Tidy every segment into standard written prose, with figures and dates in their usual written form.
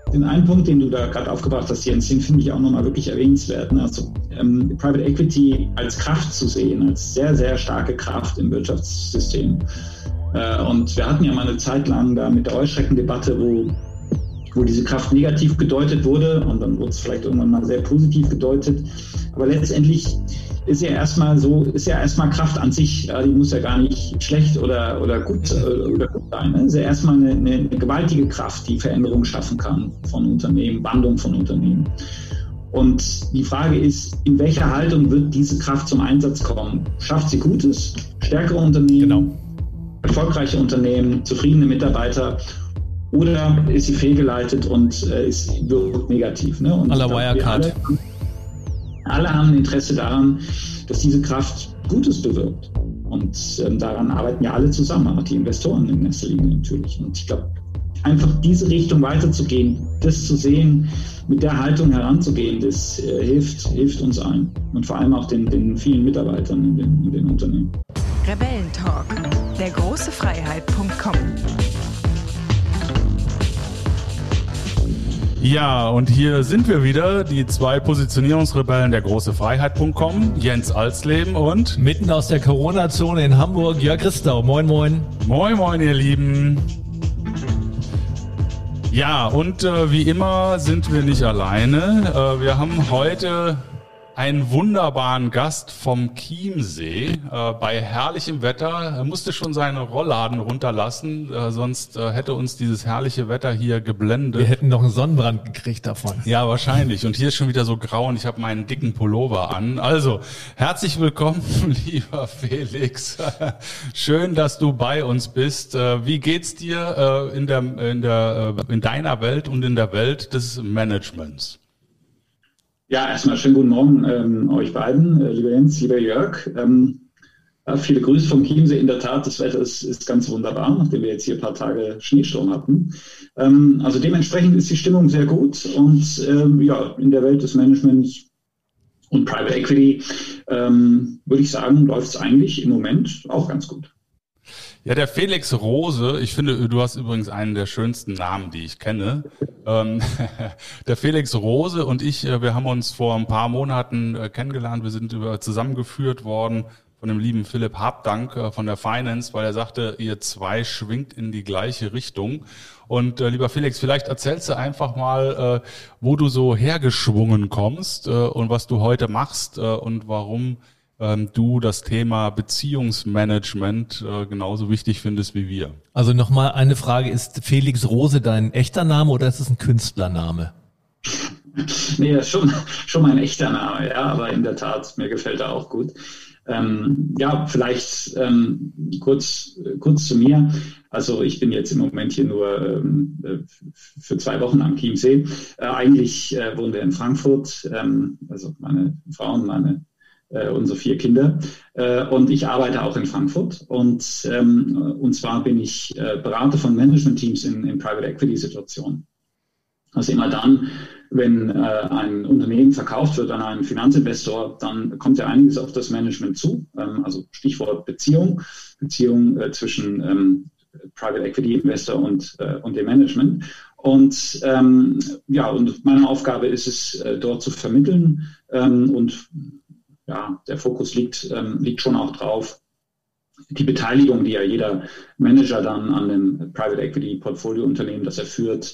den einen Punkt, den du da gerade aufgebracht hast, Jens, den finde ich auch nochmal wirklich erwähnenswert. Ne? Also Private Equity als Kraft zu sehen, als sehr, sehr starke Kraft im Wirtschaftssystem. Und wir hatten ja mal eine Zeit lang da mit der Heuschreckendebatte, wo diese Kraft negativ gedeutet wurde und dann wurde es vielleicht irgendwann mal sehr positiv gedeutet. Aber letztendlich ist ja erstmal Kraft an sich, ja, die muss ja gar nicht schlecht oder gut sein. Ne? Ist ja erstmal eine gewaltige Kraft, die Veränderung schaffen kann von Unternehmen, Wandlung von Unternehmen. Und die Frage ist, in welcher Haltung wird diese Kraft zum Einsatz kommen? Schafft sie Gutes, stärkere Unternehmen, erfolgreiche Unternehmen, zufriedene Mitarbeiter? Oder ist sie fehlgeleitet und wirkt negativ? Ne? Und Wirecard. Alle haben ein Interesse daran, dass diese Kraft Gutes bewirkt. Und daran arbeiten ja alle zusammen, auch die Investoren in erster Linie natürlich. Und ich glaube, einfach diese Richtung weiterzugehen, das zu sehen, mit der Haltung heranzugehen, das hilft uns allen. Und vor allem auch den vielen Mitarbeitern in den Unternehmen. Rebellentalk, dergroßefreiheit.com. Ja, und hier sind wir wieder, die zwei Positionierungsrebellen der großefreiheit.com, Jens Alsleben und mitten aus der Corona-Zone in Hamburg, Jörg Christau. Moin, moin. Moin, moin, ihr Lieben. Ja, und wie immer sind wir nicht alleine. Wir haben heute einen wunderbaren Gast vom Chiemsee bei herrlichem Wetter. Er musste schon seine Rollladen runterlassen, sonst hätte uns dieses herrliche Wetter hier geblendet. Wir hätten noch einen Sonnenbrand gekriegt davon. Ja, wahrscheinlich. Und hier ist schon wieder so grau und ich habe meinen dicken Pullover an. Also, herzlich willkommen, lieber Felix. Schön, dass du bei uns bist. Wie geht's dir in deiner Welt und in der Welt des Managements? Ja, erstmal schönen guten Morgen euch beiden, lieber Jens, lieber Jörg. Viele Grüße vom Chiemsee. In der Tat, das Wetter ist ganz wunderbar, nachdem wir jetzt hier ein paar Tage Schneesturm hatten. Also dementsprechend ist die Stimmung sehr gut und in der Welt des Managements und Private Equity würde ich sagen, läuft es eigentlich im Moment auch ganz gut. Ja, der Felix Rose, ich finde, du hast übrigens einen der schönsten Namen, die ich kenne. Der Felix Rose und ich, wir haben uns vor ein paar Monaten kennengelernt. Wir sind zusammengeführt worden von dem lieben Philipp Habdank von der Finance, weil er sagte, ihr zwei schwingt in die gleiche Richtung. Und lieber Felix, vielleicht erzählst du einfach mal, wo du so hergeschwungen kommst und was du heute machst und warum du das Thema Beziehungsmanagement genauso wichtig findest wie wir. Also nochmal eine Frage, ist Felix Rose dein echter Name oder ist es ein Künstlername? Nee, das ist schon mein echter Name, ja, aber in der Tat, mir gefällt er auch gut. Vielleicht kurz zu mir. Also ich bin jetzt im Moment hier nur für 2 Wochen am Chiemsee. Eigentlich wohnen wir in Frankfurt, also meine Frau und unsere 4 Kinder. Und ich arbeite auch in Frankfurt. Und zwar bin ich Berater von Management-Teams in Private Equity-Situationen. Also immer dann, wenn ein Unternehmen verkauft wird an einen Finanzinvestor, dann kommt ja einiges auf das Management zu. Also Stichwort Beziehung zwischen Private Equity Investor und dem Management. Und meine Aufgabe ist es, dort zu vermitteln der Fokus liegt schon auch drauf, die Beteiligung, die ja jeder Manager dann an dem Private Equity Portfolio Unternehmen, das er führt,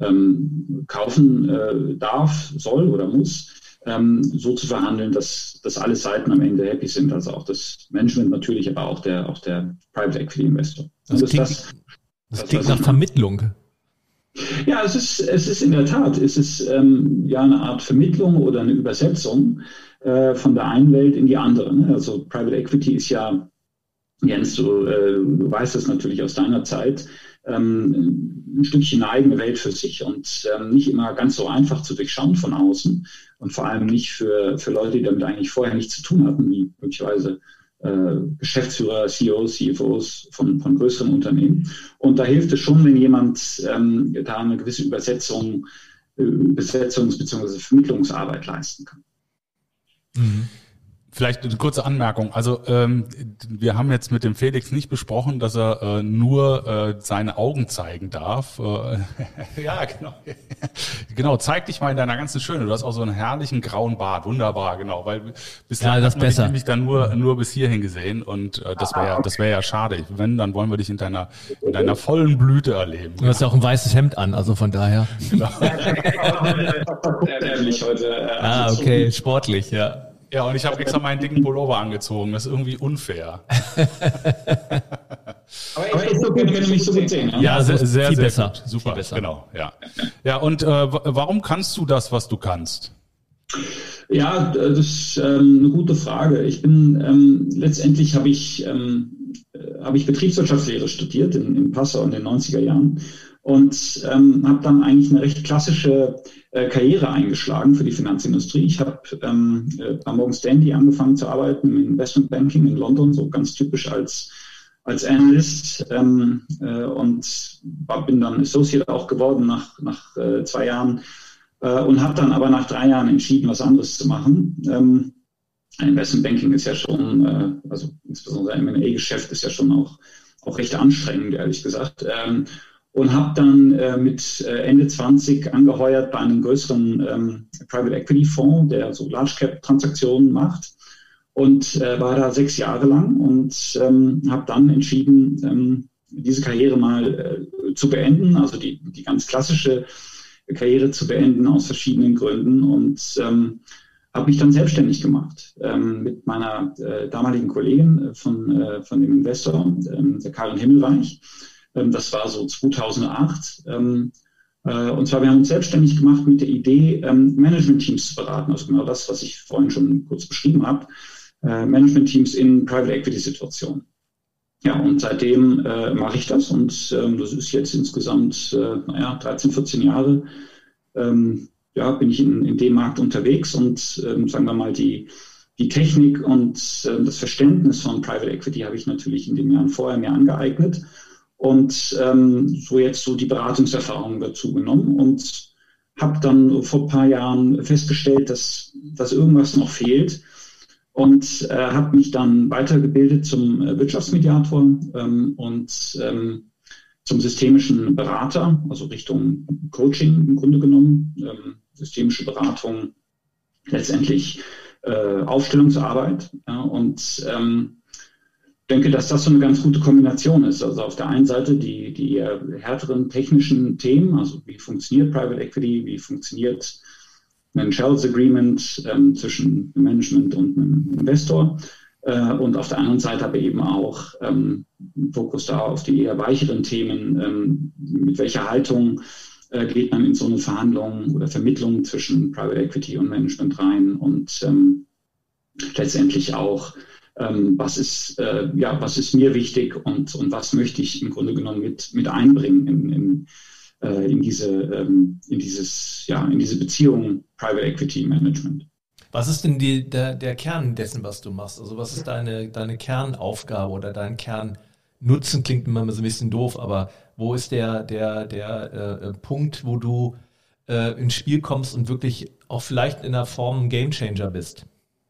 kaufen darf, soll oder muss, so zu verhandeln, dass alle Seiten am Ende happy sind, also auch das Management natürlich, aber auch der Private Equity Investor. Das klingt nach Vermittlung. Ja, es ist in der Tat, eine Art Vermittlung oder eine Übersetzung von der einen Welt in die andere. Ne? Also Private Equity ist ja, Jens, du weißt das natürlich aus deiner Zeit, ein Stückchen eine eigene Welt für sich und nicht immer ganz so einfach zu durchschauen von außen und vor allem nicht für Leute, die damit eigentlich vorher nichts zu tun hatten, wie möglicherweise Geschäftsführer, CEOs, CFOs von größeren Unternehmen. Und da hilft es schon, wenn jemand da eine gewisse Besetzungs- bzw. Vermittlungsarbeit leisten kann. Mhm. Vielleicht eine kurze Anmerkung. Also wir haben jetzt mit dem Felix nicht besprochen, dass er nur seine Augen zeigen darf. Ja, genau. Genau, zeig dich mal in deiner ganzen Schöne. Du hast auch so einen herrlichen grauen Bart. Wunderbar, genau. Weil bislang das hat man dich besser. nämlich dann nur bis hierhin gesehen und das wäre ja schade. Wenn, dann wollen wir dich in deiner vollen Blüte erleben. Du hast ja auch ein weißes Hemd an, also von daher. Genau. Ah, okay, sportlich, ja. Ja, und ich habe extra meinen dicken Pullover angezogen. Das ist irgendwie unfair. Aber ist okay, wenn du mich so gut sehen. Ja, sehr viel besser. gut. Super, viel besser. Genau, ja. Ja, und warum kannst du das, was du kannst? Ja, das ist eine gute Frage. Ich bin letztendlich habe ich Betriebswirtschaftslehre studiert in Passau in den 90er Jahren und habe dann eigentlich eine recht klassische Karriere eingeschlagen für die Finanzindustrie. Ich habe bei Morgan Stanley angefangen zu arbeiten im Investmentbanking in London, so ganz typisch als Analyst und bin dann Associate auch geworden nach 2 Jahren und habe dann aber nach 3 Jahren entschieden, was anderes zu machen. Investmentbanking ist ja schon, also insbesondere M&A-Geschäft ist ja schon auch recht anstrengend, ehrlich gesagt. Und habe dann mit Ende 20 angeheuert bei einem größeren Private Equity Fonds, der so Large Cap Transaktionen macht und war da 6 Jahre lang und habe dann entschieden, diese Karriere mal zu beenden, also die ganz klassische Karriere zu beenden aus verschiedenen Gründen und habe mich dann selbstständig gemacht mit meiner damaligen Kollegin von dem Investor, der Karin Himmelreich. Das war so 2008. Und zwar, wir haben uns selbstständig gemacht mit der Idee, Management-Teams zu beraten. Also genau das, was ich vorhin schon kurz beschrieben habe. Management-Teams in Private-Equity-Situationen. Ja, und seitdem mache ich das. Und das ist jetzt insgesamt 13, 14 Jahre. Bin ich in dem Markt unterwegs. Und sagen wir mal, die Technik und das Verständnis von Private Equity habe ich natürlich in den Jahren vorher mir angeeignet. Und so jetzt so die Beratungserfahrung dazu genommen und habe dann vor ein paar Jahren festgestellt, dass irgendwas noch fehlt und habe mich dann weitergebildet zum Wirtschaftsmediator und zum systemischen Berater, also Richtung Coaching im Grunde genommen, systemische Beratung, letztendlich Aufstellungsarbeit und denke, dass das so eine ganz gute Kombination ist. Also auf der einen Seite die eher härteren technischen Themen, also wie funktioniert Private Equity, wie funktioniert ein Shareholders Agreement zwischen dem Management und einem Investor und auf der anderen Seite aber eben auch Fokus da auf die eher weicheren Themen, mit welcher Haltung geht man in so eine Verhandlung oder Vermittlung zwischen Private Equity und Management rein und letztendlich auch was ist mir wichtig und was möchte ich im Grunde genommen mit einbringen in diese Beziehung Private Equity Management. Was ist denn der Kern dessen, was du machst? Also was ist deine Kernaufgabe oder dein Kernnutzen? Klingt immer so ein bisschen doof, aber wo ist der Punkt, wo du ins Spiel kommst und wirklich auch vielleicht in der Form ein Gamechanger bist?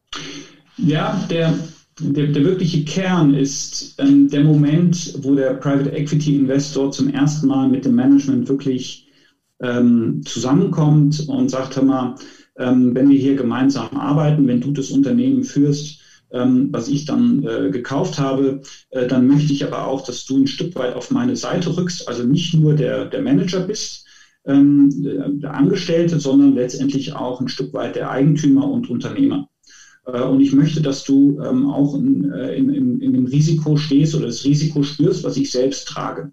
Ja, der wirkliche Kern ist der Moment, wo der Private Equity Investor zum ersten Mal mit dem Management wirklich zusammenkommt und sagt, hör mal, wenn wir hier gemeinsam arbeiten, wenn du das Unternehmen führst, was ich dann gekauft habe, dann möchte ich aber auch, dass du ein Stück weit auf meine Seite rückst, also nicht nur der Manager bist, der Angestellte, sondern letztendlich auch ein Stück weit der Eigentümer und Unternehmer. Und ich möchte, dass du auch in dem Risiko stehst oder das Risiko spürst, was ich selbst trage.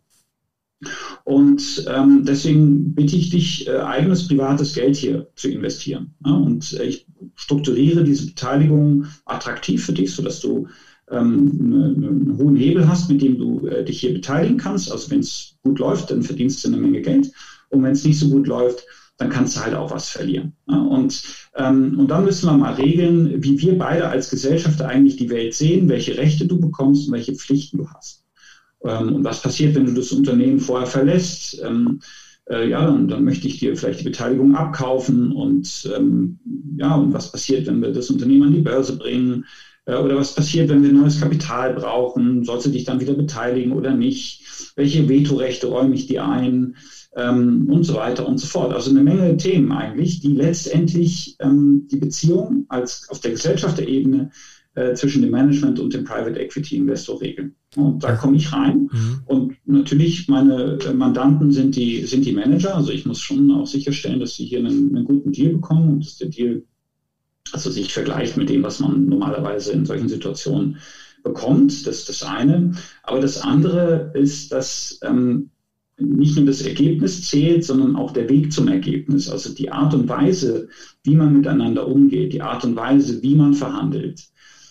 Und deswegen bitte ich dich, eigenes privates Geld hier zu investieren. Ja? Und ich strukturiere diese Beteiligung attraktiv für dich, sodass du einen hohen Hebel hast, mit dem du dich hier beteiligen kannst. Also wenn es gut läuft, dann verdienst du eine Menge Geld. Und wenn es nicht so gut läuft, dann kannst du halt auch was verlieren. Ja, und dann müssen wir mal regeln, wie wir beide als Gesellschafter eigentlich die Welt sehen, welche Rechte du bekommst und welche Pflichten du hast. Und was passiert, wenn du das Unternehmen vorher verlässt? dann möchte ich dir vielleicht die Beteiligung abkaufen und und was passiert, wenn wir das Unternehmen an die Börse bringen oder was passiert, wenn wir neues Kapital brauchen, sollst du dich dann wieder beteiligen oder nicht, welche Vetorechte räume ich dir ein und so weiter und so fort. Also eine Menge Themen eigentlich, die letztendlich die Beziehung auf der Gesellschafterebene zwischen dem Management und dem Private Equity Investor regeln. Und da komme ich rein. Und natürlich, meine Mandanten sind die Manager. Also ich muss schon auch sicherstellen, dass sie hier einen guten Deal bekommen und dass der Deal sich vergleicht mit dem, was man normalerweise in solchen Situationen bekommt. Das ist das eine. Aber das andere ist, dass nicht nur das Ergebnis zählt, sondern auch der Weg zum Ergebnis. Also die Art und Weise, wie man miteinander umgeht, die Art und Weise, wie man verhandelt,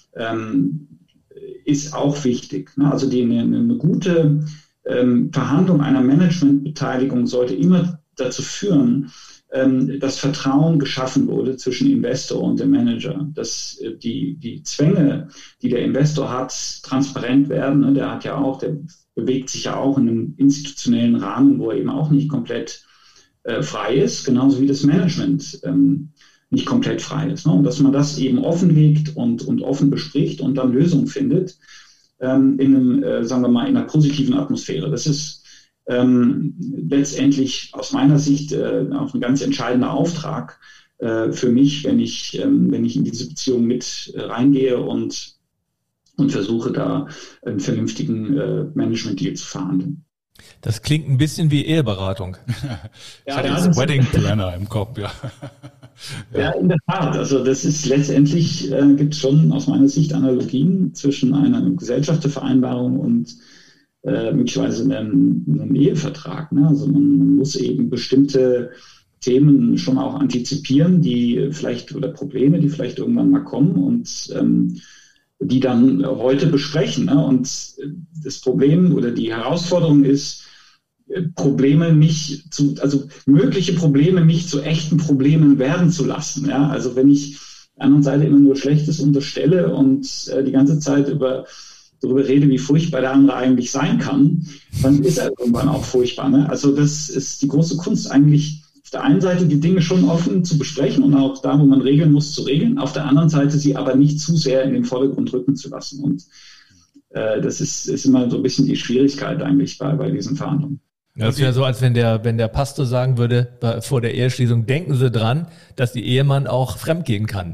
ist auch wichtig. Also eine gute Verhandlung einer Managementbeteiligung sollte immer dazu führen, dass Vertrauen geschaffen wurde zwischen Investor und dem Manager, dass die Zwänge, die der Investor hat, transparent werden. Der bewegt sich ja auch in einem institutionellen Rahmen, wo er eben auch nicht komplett frei ist, genauso wie das Management nicht komplett frei ist. Und dass man das eben offenlegt und offen bespricht und dann Lösungen findet in einer positiven Atmosphäre. Das ist letztendlich aus meiner Sicht auch ein ganz entscheidender Auftrag für mich, wenn ich in diese Beziehung mit reingehe und versuche, da einen vernünftigen Management-Deal zu verhandeln. Das klingt ein bisschen wie Eheberatung. Ich hatte jetzt Wedding Planner im Kopf, ja. Ja, in der Tat. Also das ist letztendlich, gibt es schon aus meiner Sicht Analogien zwischen einer Gesellschaftervereinbarung und möglicherweise einem Ehevertrag. Ne? Also man muss eben bestimmte Themen schon auch antizipieren, oder Probleme, die vielleicht irgendwann mal kommen und die dann heute besprechen. Ne? Und das Problem oder die Herausforderung ist, mögliche Probleme nicht zu echten Problemen werden zu lassen. Ja? Also wenn ich der anderen Seite immer nur Schlechtes unterstelle und die ganze Zeit darüber rede, wie furchtbar der andere eigentlich sein kann, dann ist er irgendwann auch furchtbar. Ne? Also das ist die große Kunst eigentlich, auf der einen Seite die Dinge schon offen zu besprechen und auch da, wo man regeln muss, zu regeln, auf der anderen Seite sie aber nicht zu sehr in den Vordergrund rücken zu lassen. Und das ist immer so ein bisschen die Schwierigkeit eigentlich bei diesen Verhandlungen. Das wäre so, als wenn der Pastor sagen würde, vor der Eheschließung, denken Sie dran, dass die Ehemann auch fremdgehen kann.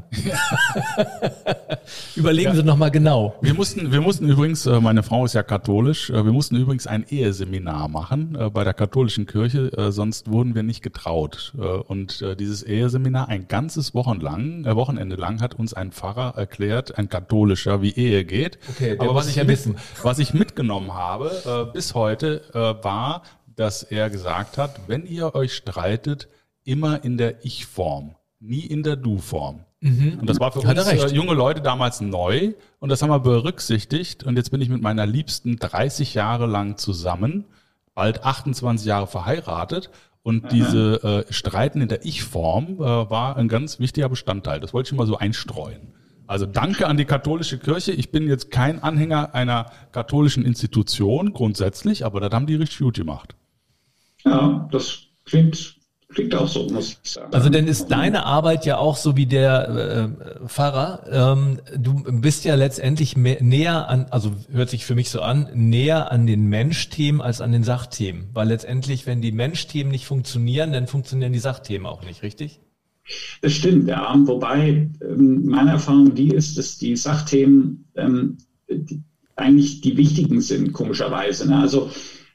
Überlegen Sie nochmal genau. Wir mussten übrigens, meine Frau ist ja katholisch, wir mussten übrigens ein Eheseminar machen bei der katholischen Kirche, sonst wurden wir nicht getraut. Und dieses Eheseminar, ein ganzes Wochenende lang hat uns ein Pfarrer erklärt, ein katholischer, wie Ehe geht. Okay, aber was ich mitgenommen habe bis heute war, dass er gesagt hat, wenn ihr euch streitet, immer in der Ich-Form, nie in der Du-Form. Und das war für uns junge Leute damals neu und das haben wir berücksichtigt und jetzt bin ich mit meiner Liebsten 30 Jahre lang zusammen, bald 28 Jahre verheiratet und diese Streiten in der Ich-Form war ein ganz wichtiger Bestandteil. Das wollte ich mal so einstreuen. Also danke an die katholische Kirche. Ich bin jetzt kein Anhänger einer katholischen Institution grundsätzlich, aber das haben die richtig gut gemacht. Ja, das klingt auch so, muss ich sagen. Also denn ist deine Arbeit ja auch so wie der Pfarrer. Du bist ja letztendlich näher an, also hört sich für mich so an, näher an den Menschthemen als an den Sachthemen. Weil letztendlich, wenn die Menschthemen nicht funktionieren, dann funktionieren die Sachthemen auch nicht, richtig? Das stimmt, ja. Wobei meine Erfahrung die ist, dass die Sachthemen eigentlich die wichtigen sind, komischerweise. Ne? Also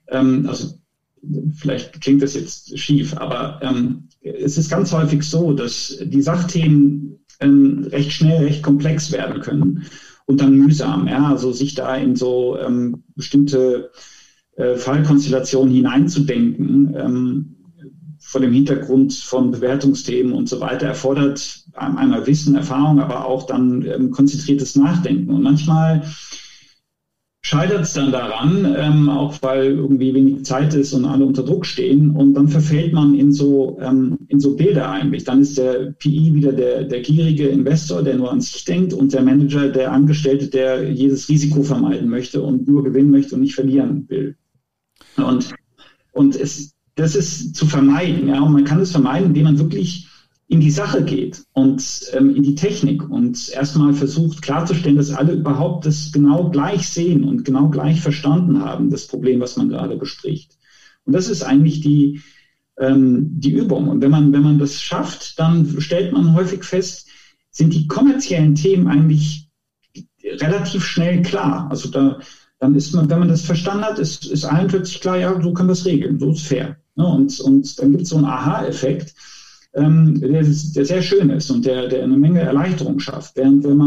vielleicht klingt das jetzt schief, aber es ist ganz häufig so, dass die Sachthemen recht schnell, recht komplex werden können und dann mühsam. Ja? Also sich da in so bestimmte Fallkonstellationen hineinzudenken, vor dem Hintergrund von Bewertungsthemen und so weiter, erfordert einmal Wissen, Erfahrung, aber auch dann konzentriertes Nachdenken. Und manchmal scheitert es dann daran, auch weil irgendwie wenig Zeit ist und alle unter Druck stehen. Und dann verfällt man in so Bilder eigentlich. Dann ist der PI wieder der gierige Investor, der nur an sich denkt, und der Manager, der Angestellte, der jedes Risiko vermeiden möchte und nur gewinnen möchte und nicht verlieren will. Und das ist zu vermeiden. Ja? Und man kann es vermeiden, indem man wirklich in die Sache geht und in die Technik und erstmal versucht klarzustellen, dass alle überhaupt das genau gleich sehen und genau gleich verstanden haben, das Problem, was man gerade bespricht. Und das ist eigentlich die Übung. Und wenn man das schafft, dann stellt man häufig fest, sind die kommerziellen Themen eigentlich relativ schnell klar. Also dann ist man, wenn man das verstanden hat, ist allen plötzlich klar, ja, so können wir es regeln, so ist fair. Ja, und dann gibt es so einen Aha-Effekt, der sehr schön ist und der eine Menge Erleichterung schafft. Während wenn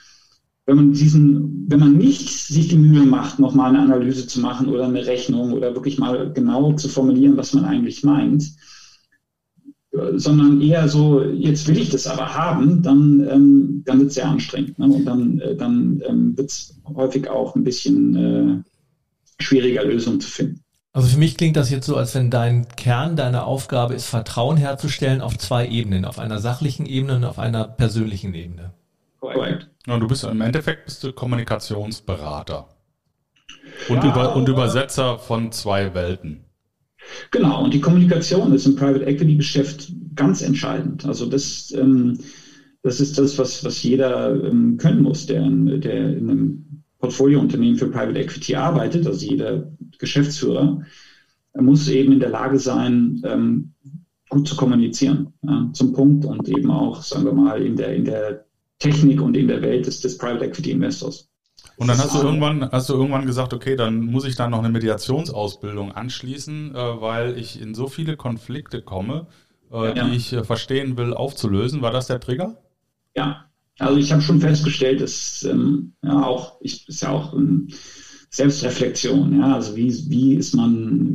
man nicht sich die Mühe macht, nochmal eine Analyse zu machen oder eine Rechnung oder wirklich mal genau zu formulieren, was man eigentlich meint, sondern eher so, jetzt will ich das aber haben, dann wird es sehr anstrengend. Ne? Und dann wird es häufig auch ein bisschen schwieriger, Lösungen zu finden. Also für mich klingt das jetzt so, als wenn dein Kern deiner Aufgabe ist, Vertrauen herzustellen auf 2 Ebenen, auf einer sachlichen Ebene und auf einer persönlichen Ebene. Korrekt. Ja, du bist im Endeffekt Kommunikationsberater und Übersetzer von 2 Welten. Genau, und die Kommunikation ist im Private Equity Geschäft ganz entscheidend. Also das ist das, was jeder können muss, der in einem Portfoliounternehmen für Private Equity arbeitet, also jeder Geschäftsführer, muss eben in der Lage sein, gut zu kommunizieren, zum Punkt und eben auch, sagen wir mal, in der Technik und in der Welt des Private Equity Investors. Und dann hast du irgendwann gesagt, okay, dann muss ich da noch eine Mediationsausbildung anschließen, weil ich in so viele Konflikte komme, die ich verstehen will, aufzulösen. War das der Trigger? Ja. Also ich habe schon festgestellt, dass ist ja auch Selbstreflexion, ja, also wie ist man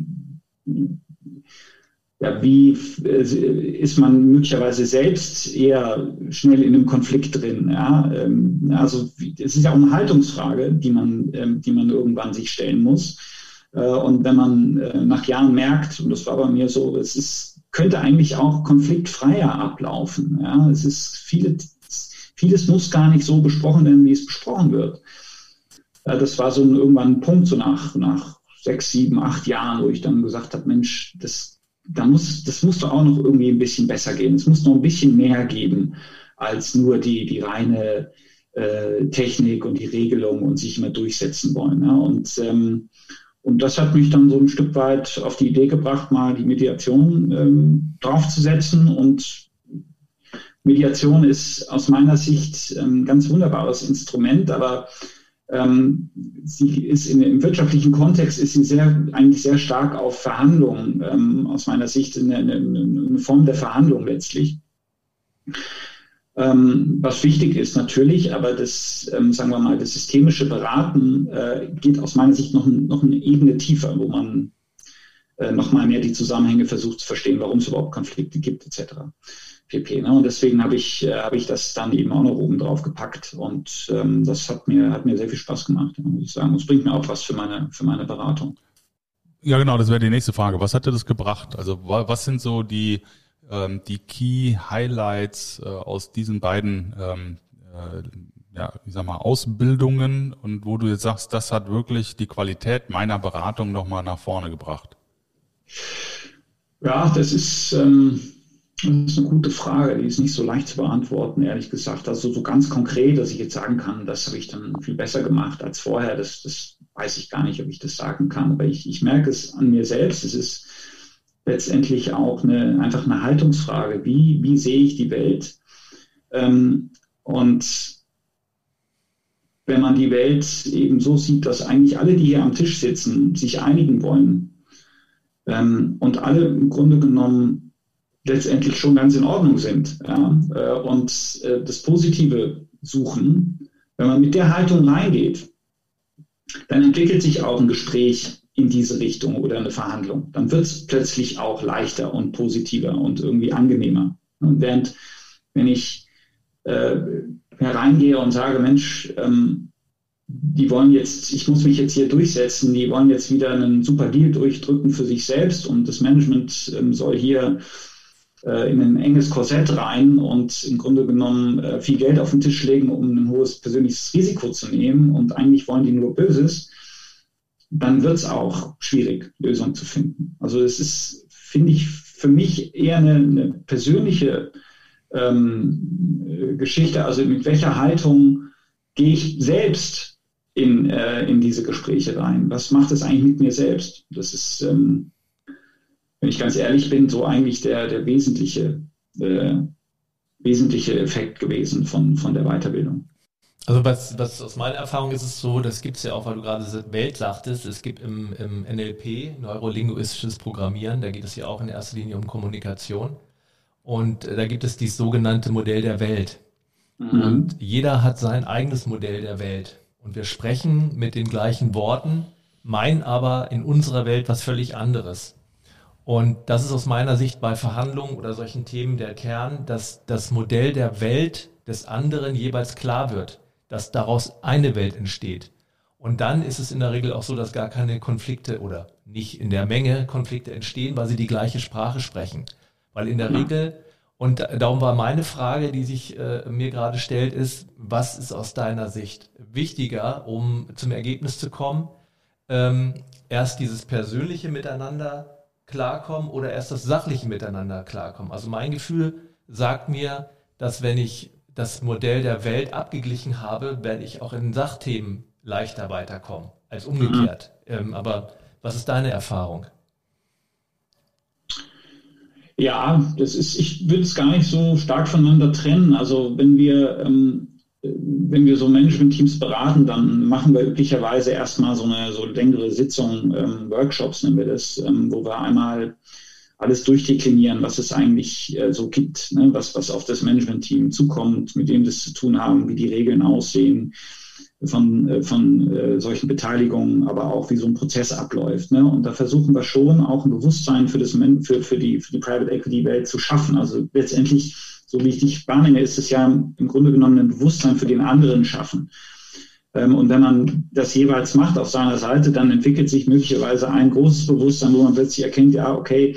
möglicherweise selbst eher schnell in einem Konflikt drin, ja, also es ist ja auch eine Haltungsfrage, die man irgendwann sich stellen muss, und wenn man nach Jahren merkt, und das war bei mir so, könnte eigentlich auch konfliktfreier ablaufen, ja, es ist vieles muss gar nicht so besprochen werden, wie es besprochen wird. Das war so irgendwann ein Punkt, so nach 6, 7, 8 Jahren, wo ich dann gesagt habe, Mensch, das muss doch auch noch irgendwie ein bisschen besser gehen. Es muss noch ein bisschen mehr geben als nur die reine Technik und die Regelung und sich immer durchsetzen wollen. Ja? Und das hat mich dann so ein Stück weit auf die Idee gebracht, mal die Mediation draufzusetzen. Und Mediation ist aus meiner Sicht ein ganz wunderbares Instrument, aber sie ist im wirtschaftlichen Kontext ist sie eigentlich sehr stark auf Verhandlungen, aus meiner Sicht eine Form der Verhandlung letztlich. Was wichtig ist natürlich, aber das, sagen wir mal, das systemische Beraten geht aus meiner Sicht noch eine Ebene tiefer, wo man noch mal mehr die Zusammenhänge versucht zu verstehen, warum es überhaupt Konflikte gibt, etc. pp. Ne? Und deswegen habe ich das dann eben auch noch oben drauf gepackt und das hat mir sehr viel Spaß gemacht, muss ich sagen. Es bringt mir auch was für meine Beratung. Ja, genau, das wäre die nächste Frage. Was hat dir das gebracht? Also was sind so die Key Highlights aus diesen beiden Ausbildungen und wo du jetzt sagst, das hat wirklich die Qualität meiner Beratung nochmal nach vorne gebracht? Ja, das ist eine gute Frage, die ist nicht so leicht zu beantworten, ehrlich gesagt. Also so ganz konkret, dass ich jetzt sagen kann, das habe ich dann viel besser gemacht als vorher, das weiß ich gar nicht, ob ich das sagen kann. Aber ich merke es an mir selbst, es ist letztendlich auch einfach eine Haltungsfrage. Wie sehe ich die Welt? Und wenn man die Welt eben so sieht, dass eigentlich alle, die hier am Tisch sitzen, sich einigen wollen und alle im Grunde genommen letztendlich schon ganz in Ordnung sind, und das Positive suchen, wenn man mit der Haltung reingeht, dann entwickelt sich auch ein Gespräch in diese Richtung oder eine Verhandlung. Dann wird es plötzlich auch leichter und positiver und irgendwie angenehmer. Und während, wenn ich hereingehe und sage, Mensch, ich muss mich jetzt hier durchsetzen, die wollen jetzt wieder einen super Deal durchdrücken für sich selbst und das Management soll hier in ein enges Korsett rein und im Grunde genommen viel Geld auf den Tisch legen, um ein hohes persönliches Risiko zu nehmen und eigentlich wollen die nur Böses. dann wird es auch schwierig, Lösungen zu finden. Also es ist, finde ich, für mich eher eine persönliche Geschichte, also mit welcher Haltung gehe ich selbst in diese Gespräche rein? Was macht es eigentlich mit mir selbst? Das ist, wenn ich ganz ehrlich bin, so eigentlich der wesentliche Effekt gewesen von der Weiterbildung. Also was aus meiner Erfahrung ist es so, das gibt es ja auch, weil du gerade Welt sagtest, es gibt im NLP, neurolinguistisches Programmieren, da geht es ja auch in erster Linie um Kommunikation. Und da gibt es dieses sogenannte Modell der Welt. Mhm. Und jeder hat sein eigenes Modell der Welt. Und wir sprechen mit den gleichen Worten, meinen aber in unserer Welt was völlig anderes. Und das ist aus meiner Sicht bei Verhandlungen oder solchen Themen der Kern, dass das Modell der Welt des anderen jeweils klar wird, dass daraus eine Welt entsteht. Und dann ist es in der Regel auch so, dass gar keine Konflikte oder nicht in der Menge Konflikte entstehen, weil sie die gleiche Sprache sprechen. Weil in der Regel, und darum war meine Frage, die sich mir gerade stellt, ist, was ist aus deiner Sicht wichtiger, um zum Ergebnis zu kommen? Erst dieses persönliche Miteinander klarkommen oder erst das sachliche Miteinander klarkommen? Also mein Gefühl sagt mir, dass wenn ich das Modell der Welt abgeglichen habe, werde ich auch in Sachthemen leichter weiterkommen als umgekehrt. Aber was ist deine Erfahrung? Ja, ich will es gar nicht so stark voneinander trennen. Also wenn wir so Management-Teams beraten, dann machen wir üblicherweise erstmal so längere Sitzung, Workshops nennen wir das, wo wir einmal alles durchdeklinieren, was es eigentlich so gibt, ne? was auf das Management-Team zukommt, mit dem das zu tun haben, wie die Regeln aussehen von solchen Beteiligungen, aber auch wie so ein Prozess abläuft. Ne? Und da versuchen wir schon auch ein Bewusstsein für die Private Equity Welt zu schaffen. Also letztendlich, so wie ich dich wahrnehme, ist es ja im Grunde genommen ein Bewusstsein für den anderen schaffen. Und wenn man das jeweils macht auf seiner Seite, dann entwickelt sich möglicherweise ein großes Bewusstsein, wo man plötzlich erkennt, ja, okay,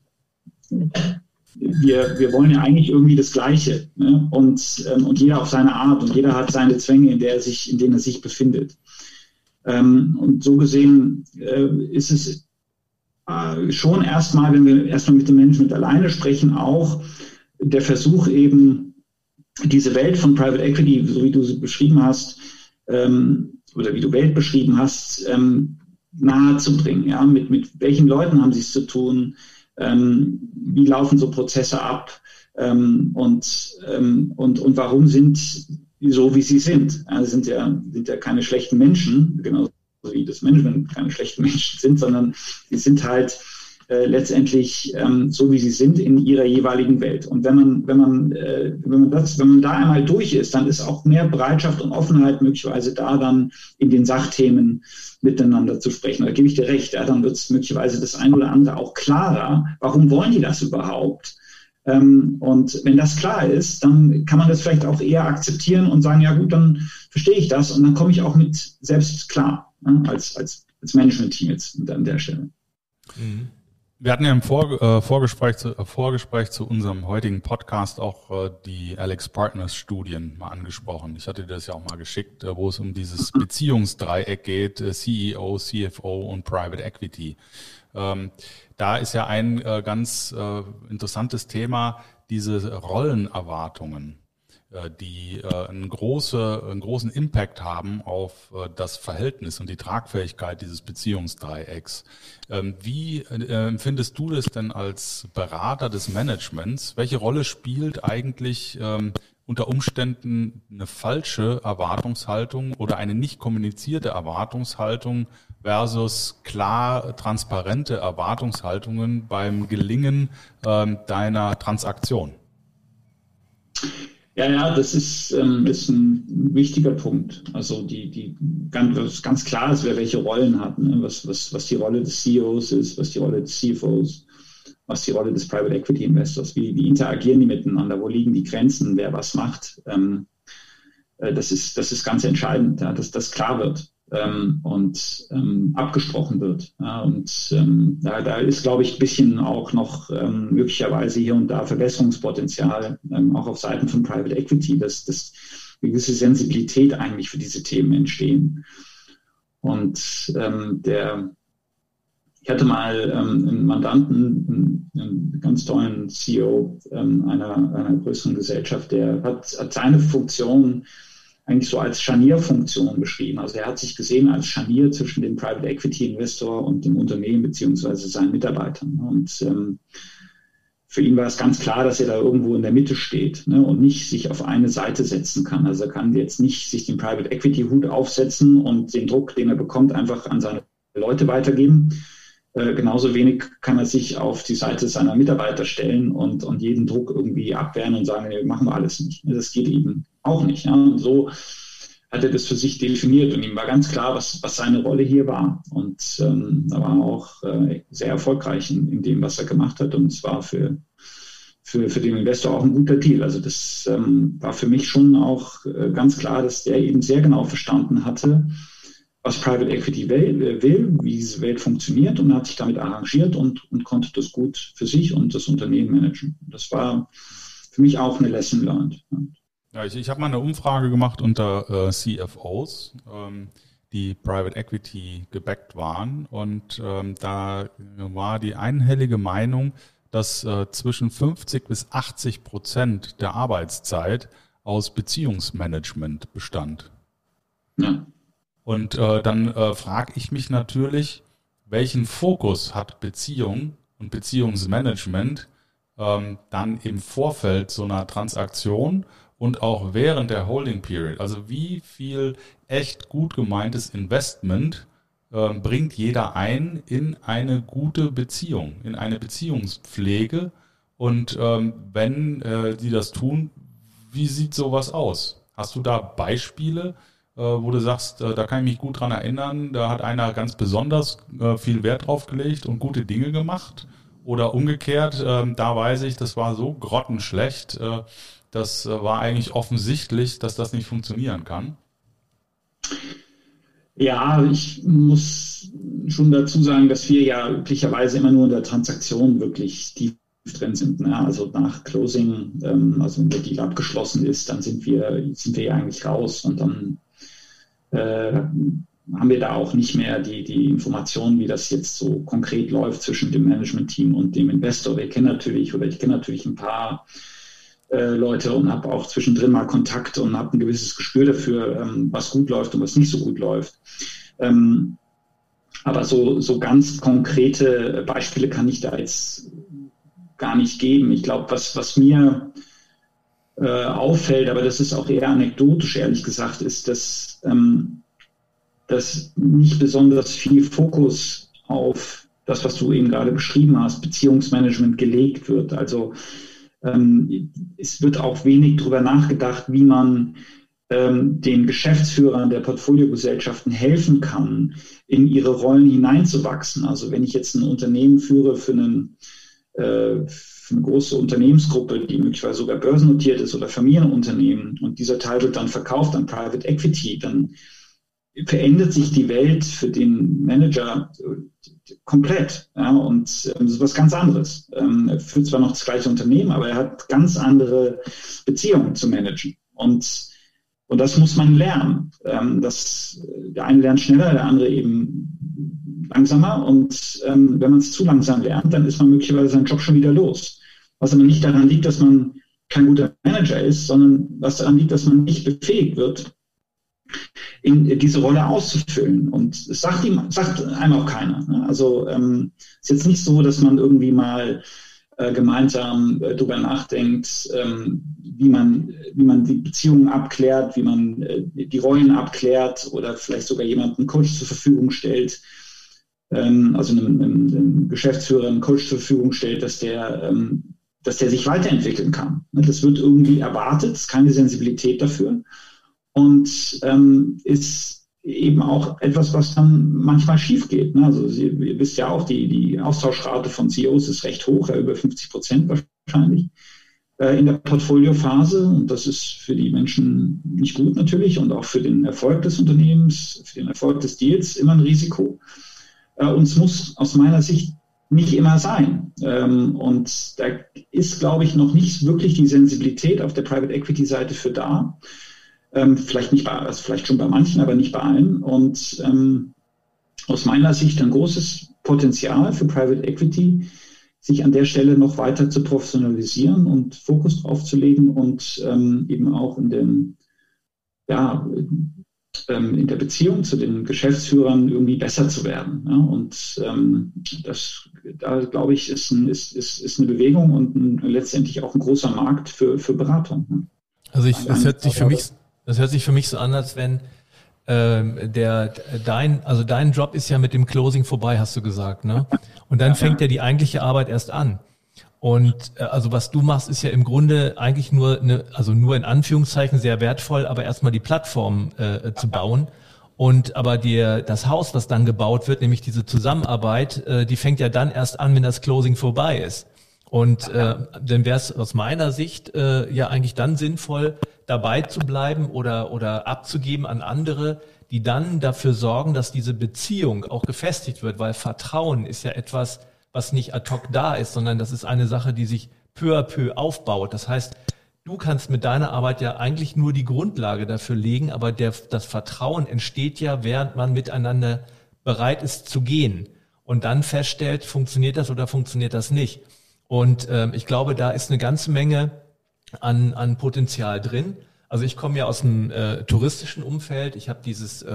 wir wollen ja eigentlich irgendwie das Gleiche, ne? Und jeder auf seine Art und jeder hat seine Zwänge, in denen er sich befindet. Und so gesehen ist es schon erstmal, wenn wir erstmal mit dem Management alleine sprechen, auch der Versuch eben, diese Welt von Private Equity, so wie du sie beschrieben hast, oder wie du Welt beschrieben hast, nahe zu bringen. Ja? Mit welchen Leuten haben sie es zu tun? Wie laufen so Prozesse ab? Und warum sind sie so, wie sie sind? Also sind ja keine schlechten Menschen, genauso wie das Management keine schlechten Menschen sind, sondern sie sind halt letztendlich so, wie sie sind in ihrer jeweiligen Welt. Und wenn man da einmal durch ist, dann ist auch mehr Bereitschaft und Offenheit möglicherweise da, dann in den Sachthemen miteinander zu sprechen. Da gebe ich dir recht, ja, dann wird es möglicherweise das eine oder andere auch klarer. Warum wollen die das überhaupt? Und wenn das klar ist, dann kann man das vielleicht auch eher akzeptieren und sagen, ja gut, dann verstehe ich das und dann komme ich auch mit selbst klar, ne, als Management-Team jetzt an der Stelle. Mhm. Wir hatten ja im Vorgespräch zu unserem heutigen Podcast auch die AlixPartners-Studien mal angesprochen. Ich hatte dir das ja auch mal geschickt, wo es um dieses Beziehungsdreieck geht, CEO, CFO und Private Equity. Da ist ja ein ganz interessantes Thema, diese Rollenerwartungen, die einen großen Impact haben auf das Verhältnis und die Tragfähigkeit dieses Beziehungsdreiecks. Wie empfindest du das denn als Berater des Managements? Welche Rolle spielt eigentlich unter Umständen eine falsche Erwartungshaltung oder eine nicht kommunizierte Erwartungshaltung versus klar transparente Erwartungshaltungen beim Gelingen deiner Transaktion? Ja, das ist ein wichtiger Punkt. Also ganz klar ist, wer welche Rollen hat, ne? Was die Rolle des CEOs ist, was die Rolle des CFOs, was die Rolle des Private Equity Investors, wie interagieren die miteinander, wo liegen die Grenzen, wer was macht. Das ist ganz entscheidend, ja, dass das klar wird und abgesprochen wird. Ja, und da ist, glaube ich, ein bisschen auch noch möglicherweise hier und da Verbesserungspotenzial, auch auf Seiten von Private Equity, dass eine gewisse Sensibilität eigentlich für diese Themen entstehen. Und ich hatte mal einen Mandanten, einen ganz tollen CEO einer größeren Gesellschaft, der hat seine Funktion eigentlich so als Scharnierfunktion beschrieben. Also er hat sich gesehen als Scharnier zwischen dem Private Equity Investor und dem Unternehmen beziehungsweise seinen Mitarbeitern. Und für ihn war es ganz klar, dass er da irgendwo in der Mitte steht, ne, und nicht sich auf eine Seite setzen kann. Also er kann jetzt nicht sich den Private Equity Hut aufsetzen und den Druck, den er bekommt, einfach an seine Leute weitergeben. Genauso wenig kann er sich auf die Seite seiner Mitarbeiter stellen und jeden Druck irgendwie abwehren und sagen, nee, machen wir alles nicht. Das geht eben auch nicht. Ja. Und so hat er das für sich definiert und ihm war ganz klar, was seine Rolle hier war. Und er war auch sehr erfolgreich in dem, was er gemacht hat. Und es war für den Investor auch ein guter Deal. Also das war für mich schon auch ganz klar, dass der eben sehr genau verstanden hatte, was Private Equity will, wie diese Welt funktioniert, und hat sich damit arrangiert und konnte das gut für sich und das Unternehmen managen. Das war für mich auch eine Lesson learned. Ja, ich habe mal eine Umfrage gemacht unter CFOs, die Private Equity gebackt waren, und da war die einhellige Meinung, dass zwischen 50-80% der Arbeitszeit aus Beziehungsmanagement bestand. Ja. Und dann frage ich mich natürlich, welchen Fokus hat Beziehung und Beziehungsmanagement dann im Vorfeld so einer Transaktion und auch während der Holding Period? Also wie viel echt gut gemeintes Investment bringt jeder ein in eine gute Beziehung, in eine Beziehungspflege? Und wenn die das tun, wie sieht sowas aus? Hast du da Beispiele, wo du sagst, da kann ich mich gut dran erinnern, da hat einer ganz besonders viel Wert drauf gelegt und gute Dinge gemacht? Oder umgekehrt, da weiß ich, das war so grottenschlecht, das war eigentlich offensichtlich, dass das nicht funktionieren kann? Ja, ich muss schon dazu sagen, dass wir ja üblicherweise immer nur in der Transaktion wirklich tief drin sind. Ne? Also nach Closing, also wenn der Deal abgeschlossen ist, dann sind wir ja eigentlich raus, und dann haben wir da auch nicht mehr die Informationen, wie das jetzt so konkret läuft zwischen dem Management-Team und dem Investor. Ich kenne natürlich ein paar Leute und habe auch zwischendrin mal Kontakt und habe ein gewisses Gespür dafür, was gut läuft und was nicht so gut läuft. Aber so ganz konkrete Beispiele kann ich da jetzt gar nicht geben. Ich glaube, was mir auffällt, aber das ist auch eher anekdotisch, ehrlich gesagt, ist, dass nicht besonders viel Fokus auf das, was du eben gerade beschrieben hast, Beziehungsmanagement gelegt wird. Also es wird auch wenig darüber nachgedacht, wie man den Geschäftsführern der Portfoliogesellschaften helfen kann, in ihre Rollen hineinzuwachsen. Also wenn ich jetzt ein Unternehmen führe für eine große Unternehmensgruppe, die möglicherweise sogar börsennotiert ist oder Familienunternehmen, und dieser Teil wird dann verkauft an Private Equity, dann verändert sich die Welt für den Manager komplett. Ja, und das ist was ganz anderes. Er führt zwar noch das gleiche Unternehmen, aber er hat ganz andere Beziehungen zu managen. Und das muss man lernen. Der eine lernt schneller, der andere eben langsamer. Und wenn man es zu langsam lernt, dann ist man möglicherweise seinen Job schon wieder los. Was aber nicht daran liegt, dass man kein guter Manager ist, sondern was daran liegt, dass man nicht befähigt wird, in diese Rolle auszufüllen. Und es sagt einem auch keiner. Ne? Also ist jetzt nicht so, dass man irgendwie mal gemeinsam darüber nachdenkt, wie man die Beziehungen abklärt, wie man die Rollen abklärt oder vielleicht sogar jemanden einen Coach zur Verfügung stellt, also einem Geschäftsführer einen Coach zur Verfügung stellt, dass der sich weiterentwickeln kann. Das wird irgendwie erwartet, es ist keine Sensibilität dafür. Und ist eben auch etwas, was dann manchmal schief geht. Ne? Also ihr wisst ja auch, die Austauschrate von CEOs ist recht hoch, ja, über 50% wahrscheinlich in der Portfoliophase. Und das ist für die Menschen nicht gut natürlich und auch für den Erfolg des Unternehmens, für den Erfolg des Deals immer ein Risiko. Und es muss aus meiner Sicht nicht immer sein. Und da ist, glaube ich, noch nicht wirklich die Sensibilität auf der Private Equity Seite für da. Vielleicht schon bei manchen, aber nicht bei allen. Und aus meiner Sicht ein großes Potenzial für Private Equity, sich an der Stelle noch weiter zu professionalisieren und Fokus drauf zu legen und eben auch in der Beziehung zu den Geschäftsführern irgendwie besser zu werden. Ja? Und da glaube ich, ist eine Bewegung und letztendlich auch ein großer Markt für Beratung. Ne? Also das hört sich für mich so an, als wenn dein Job ist ja mit dem Closing vorbei, hast du gesagt, ne? Und dann fängt ja die eigentliche Arbeit erst an. Und also was du machst, ist ja im Grunde eigentlich nur nur in Anführungszeichen sehr wertvoll, aber erstmal die Plattform zu bauen. Aber das Haus, was dann gebaut wird, nämlich diese Zusammenarbeit, die fängt ja dann erst an, wenn das Closing vorbei ist. Und dann wäre es aus meiner Sicht ja eigentlich dann sinnvoll, dabei zu bleiben oder abzugeben an andere, die dann dafür sorgen, dass diese Beziehung auch gefestigt wird, weil Vertrauen ist ja etwas, was nicht ad hoc da ist, sondern das ist eine Sache, die sich peu à peu aufbaut. Das heißt, du kannst mit deiner Arbeit ja eigentlich nur die Grundlage dafür legen, aber das Vertrauen entsteht ja, während man miteinander bereit ist zu gehen und dann feststellt, funktioniert das oder funktioniert das nicht. Und ich glaube, da ist eine ganze Menge an Potenzial drin. Also ich komme ja aus dem touristischen Umfeld. Ich habe dieses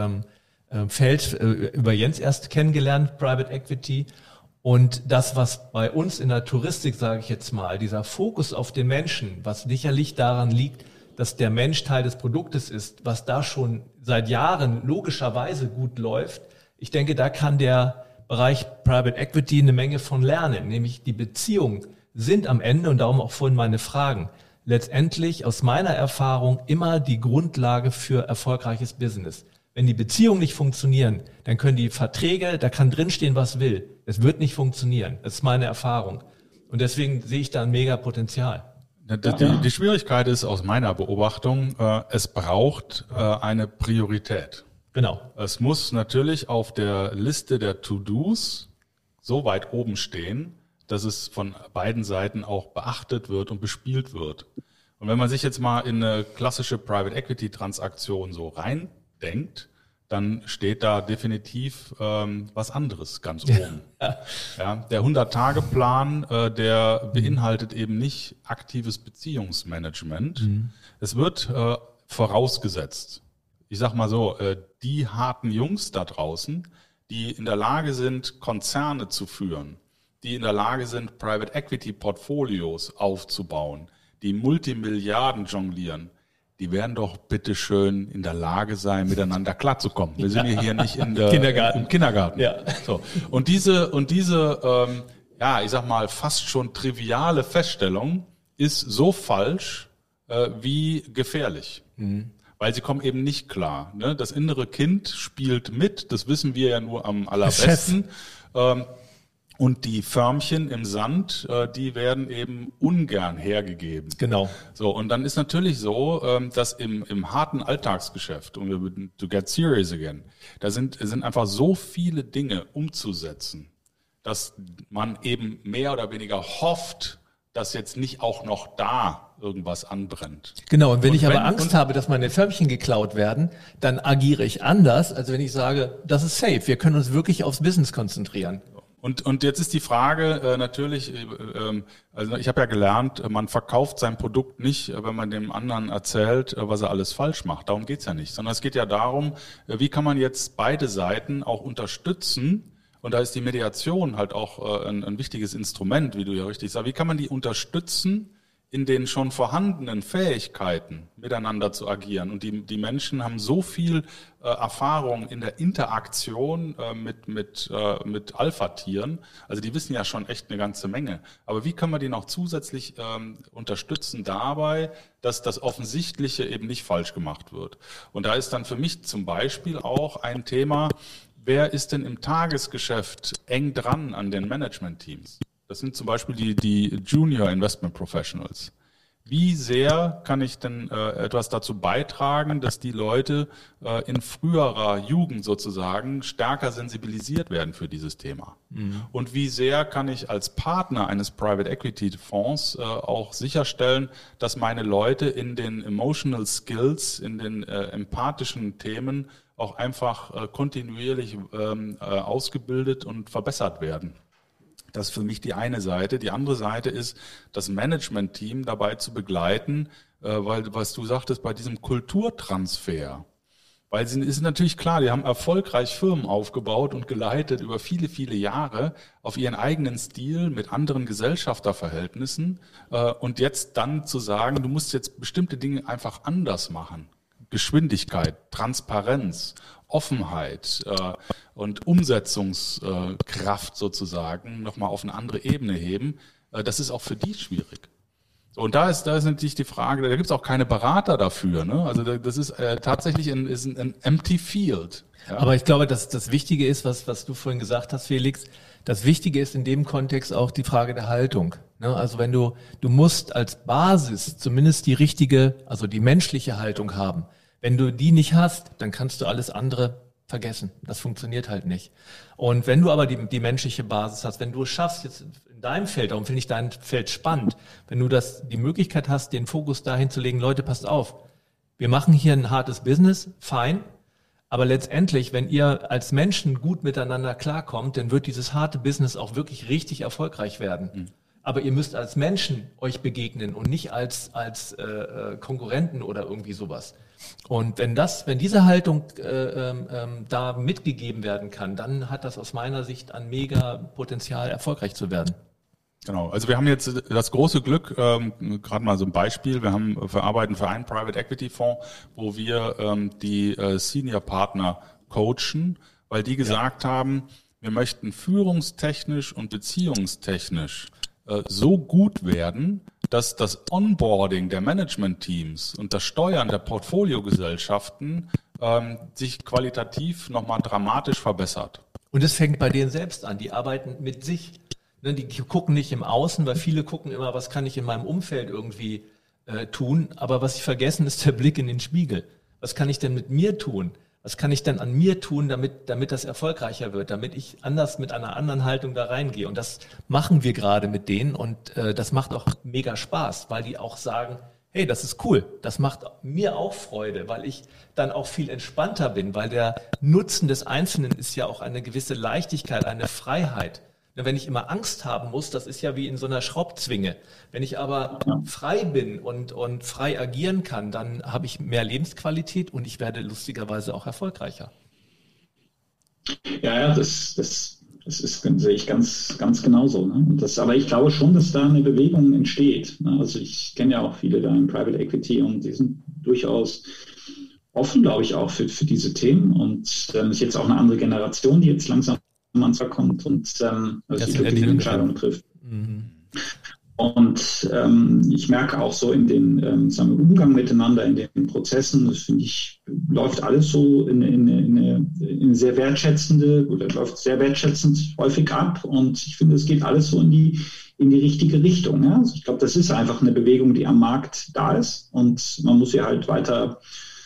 Feld über Jens erst kennengelernt, Private Equity. Und das, was bei uns in der Touristik, sage ich jetzt mal, dieser Fokus auf den Menschen, was sicherlich daran liegt, dass der Mensch Teil des Produktes ist, was da schon seit Jahren logischerweise gut läuft. Ich denke, da kann der Bereich Private Equity eine Menge von lernen, nämlich die Beziehungen sind am Ende, und darum auch vorhin meine Fragen, letztendlich aus meiner Erfahrung immer die Grundlage für erfolgreiches Business. Wenn die Beziehungen nicht funktionieren, dann können die Verträge, da kann drinstehen, was will. Es wird nicht funktionieren. Das ist meine Erfahrung. Und deswegen sehe ich da ein mega Potenzial. Die Schwierigkeit ist aus meiner Beobachtung, es braucht eine Priorität. Genau. Es muss natürlich auf der Liste der To-Dos so weit oben stehen, dass es von beiden Seiten auch beachtet wird und bespielt wird. Und wenn man sich jetzt mal in eine klassische Private Equity Transaktion so reindenkt, dann steht da definitiv was anderes ganz oben. Ja, der 100-Tage-Plan, der beinhaltet eben nicht aktives Beziehungsmanagement. Es wird vorausgesetzt, ich sag mal so, die harten Jungs da draußen, die in der Lage sind, Konzerne zu führen, die in der Lage sind, Private Equity Portfolios aufzubauen, die Multimilliarden jonglieren, die werden doch bitteschön in der Lage sein, miteinander klarzukommen. Wir sind hier nicht im Kindergarten. Ja. So. Und diese, ich sag mal, fast schon triviale Feststellung ist so falsch wie gefährlich. Weil sie kommen eben nicht klar. Ne? Das innere Kind spielt mit, das wissen wir ja nur am allerbesten. Und die Förmchen im Sand, die werden eben ungern hergegeben. Genau. So, und dann ist natürlich so, dass im harten Alltagsgeschäft, to get serious again, da sind einfach so viele Dinge umzusetzen, dass man eben mehr oder weniger hofft, dass jetzt nicht auch noch da irgendwas anbrennt. Genau, und wenn ich aber Angst habe, dass meine Förmchen geklaut werden, dann agiere ich anders, als wenn ich sage, das ist safe, wir können uns wirklich aufs Business konzentrieren. Und jetzt ist die Frage natürlich, also ich habe ja gelernt, man verkauft sein Produkt nicht, wenn man dem anderen erzählt, was er alles falsch macht. Darum geht's ja nicht, sondern es geht ja darum, wie kann man jetzt beide Seiten auch unterstützen. Und da ist die Mediation halt auch ein wichtiges Instrument, wie du ja richtig sagst. Wie kann man die unterstützen, in den schon vorhandenen Fähigkeiten miteinander zu agieren? Und die Menschen haben so viel Erfahrung in der Interaktion mit Alpha-Tieren. Also die wissen ja schon echt eine ganze Menge. Aber wie können wir die noch zusätzlich unterstützen dabei, dass das Offensichtliche eben nicht falsch gemacht wird? Und da ist dann für mich zum Beispiel auch ein Thema, wer ist denn im Tagesgeschäft eng dran an den Management-Teams? Das sind zum Beispiel die Junior Investment Professionals. Wie sehr kann ich denn etwas dazu beitragen, dass die Leute in früherer Jugend sozusagen stärker sensibilisiert werden für dieses Thema? Mhm. Und wie sehr kann ich als Partner eines Private Equity Fonds auch sicherstellen, dass meine Leute in den Emotional Skills, in den empathischen Themen auch einfach kontinuierlich ausgebildet und verbessert werden? Das ist für mich die eine Seite. Die andere Seite ist, das Management-Team dabei zu begleiten, weil, was du sagtest, bei diesem Kulturtransfer. Weil es ist natürlich klar, die haben erfolgreich Firmen aufgebaut und geleitet über viele, viele Jahre auf ihren eigenen Stil mit anderen Gesellschafterverhältnissen. Und jetzt dann zu sagen, du musst jetzt bestimmte Dinge einfach anders machen. Geschwindigkeit, Transparenz, Offenheit und Umsetzungskraft sozusagen nochmal auf eine andere Ebene heben, das ist auch für die schwierig. Und da ist natürlich die Frage, da gibt es auch keine Berater dafür. Ne? Also das ist tatsächlich ein empty field. Ja? Aber ich glaube, dass das Wichtige ist, was du vorhin gesagt hast, Felix, das Wichtige ist in dem Kontext auch die Frage der Haltung. Ne? Also wenn du musst als Basis zumindest die richtige, also die menschliche Haltung haben. Wenn du die nicht hast, dann kannst du alles andere vergessen. Das funktioniert halt nicht. Und wenn du aber die menschliche Basis hast, wenn du es schaffst, jetzt in deinem Feld, darum finde ich dein Feld spannend, wenn du die Möglichkeit hast, den Fokus dahin zu legen, Leute, passt auf, wir machen hier ein hartes Business, fein, aber letztendlich, wenn ihr als Menschen gut miteinander klarkommt, dann wird dieses harte Business auch wirklich richtig erfolgreich werden. Mhm. Aber ihr müsst als Menschen euch begegnen und nicht als Konkurrenten oder irgendwie sowas. Und wenn diese Haltung da mitgegeben werden kann, dann hat das aus meiner Sicht ein mega Potenzial, erfolgreich zu werden. Genau, also wir haben jetzt das große Glück, gerade mal so ein Beispiel, wir arbeiten für einen Private Equity Fonds, wo wir die Senior Partner coachen, weil die gesagt haben, wir möchten führungstechnisch und beziehungstechnisch so gut werden, dass das Onboarding der Management-Teams und das Steuern der Portfoliogesellschaften sich qualitativ nochmal dramatisch verbessert. Und es fängt bei denen selbst an, die arbeiten mit sich. Ne, die gucken nicht im Außen, weil viele gucken immer, was kann ich in meinem Umfeld irgendwie tun, aber was sie vergessen, ist der Blick in den Spiegel. Was kann ich denn mit mir tun? Was kann ich denn an mir tun, damit das erfolgreicher wird, damit ich anders mit einer anderen Haltung da reingehe? Und das machen wir gerade mit denen und das macht auch mega Spaß, weil die auch sagen, hey, das ist cool, das macht mir auch Freude, weil ich dann auch viel entspannter bin, weil der Nutzen des Einzelnen ist ja auch eine gewisse Leichtigkeit, eine Freiheit. Wenn ich immer Angst haben muss, das ist ja wie in so einer Schraubzwinge. Wenn ich aber frei bin und frei agieren kann, dann habe ich mehr Lebensqualität und ich werde lustigerweise auch erfolgreicher. Ja, das sehe ich ganz genauso. Ne? Aber ich glaube schon, dass da eine Bewegung entsteht. Ne? Also ich kenne ja auch viele da im Private Equity und die sind durchaus offen, glaube ich, auch für diese Themen. Und es ist jetzt auch eine andere Generation, die jetzt langsam man kommt und also die Entscheidung trifft. Mhm. Und ich merke auch so in den Umgang miteinander, in den Prozessen, das finde ich, läuft alles so in eine sehr wertschätzende oder läuft sehr wertschätzend häufig ab. Und ich finde, es geht alles so in die richtige Richtung. Ja? Also ich glaube, das ist einfach eine Bewegung, die am Markt da ist und man muss sie halt weiter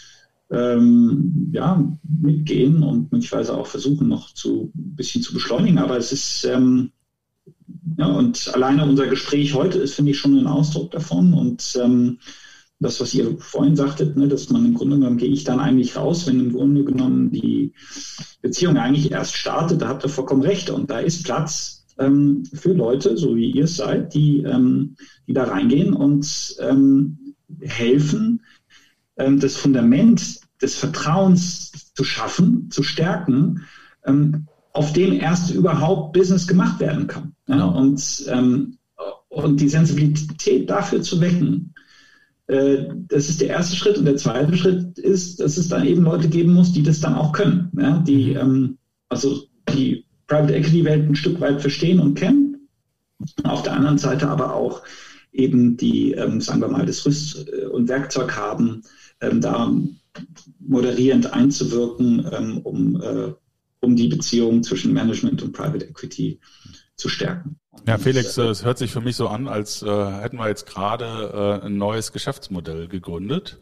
mitgehen und möglicherweise auch versuchen, noch ein bisschen zu beschleunigen. Aber es ist, und alleine unser Gespräch heute ist, finde ich, schon ein Ausdruck davon. Und das, was ihr vorhin sagtet, ne, dass man im Grunde genommen, gehe ich dann eigentlich raus, wenn im Grunde genommen die Beziehung eigentlich erst startet, da habt ihr vollkommen recht. Und da ist Platz für Leute, so wie ihr es seid, die da reingehen und helfen, das Fundament des Vertrauens zu schaffen, zu stärken, auf dem erst überhaupt Business gemacht werden kann. Ja? Und die Sensibilität dafür zu wecken, das ist der erste Schritt. Und der zweite Schritt ist, dass es dann eben Leute geben muss, die das dann auch können. Ja? Die Private Equity Welt ein Stück weit verstehen und kennen. Auf der anderen Seite aber auch eben die, sagen wir mal, das Rüst- und Werkzeug haben, da moderierend einzuwirken, um um die Beziehung zwischen Management und Private Equity zu stärken. Ja, Felix, es hört sich für mich so an, als hätten wir jetzt gerade ein neues Geschäftsmodell gegründet.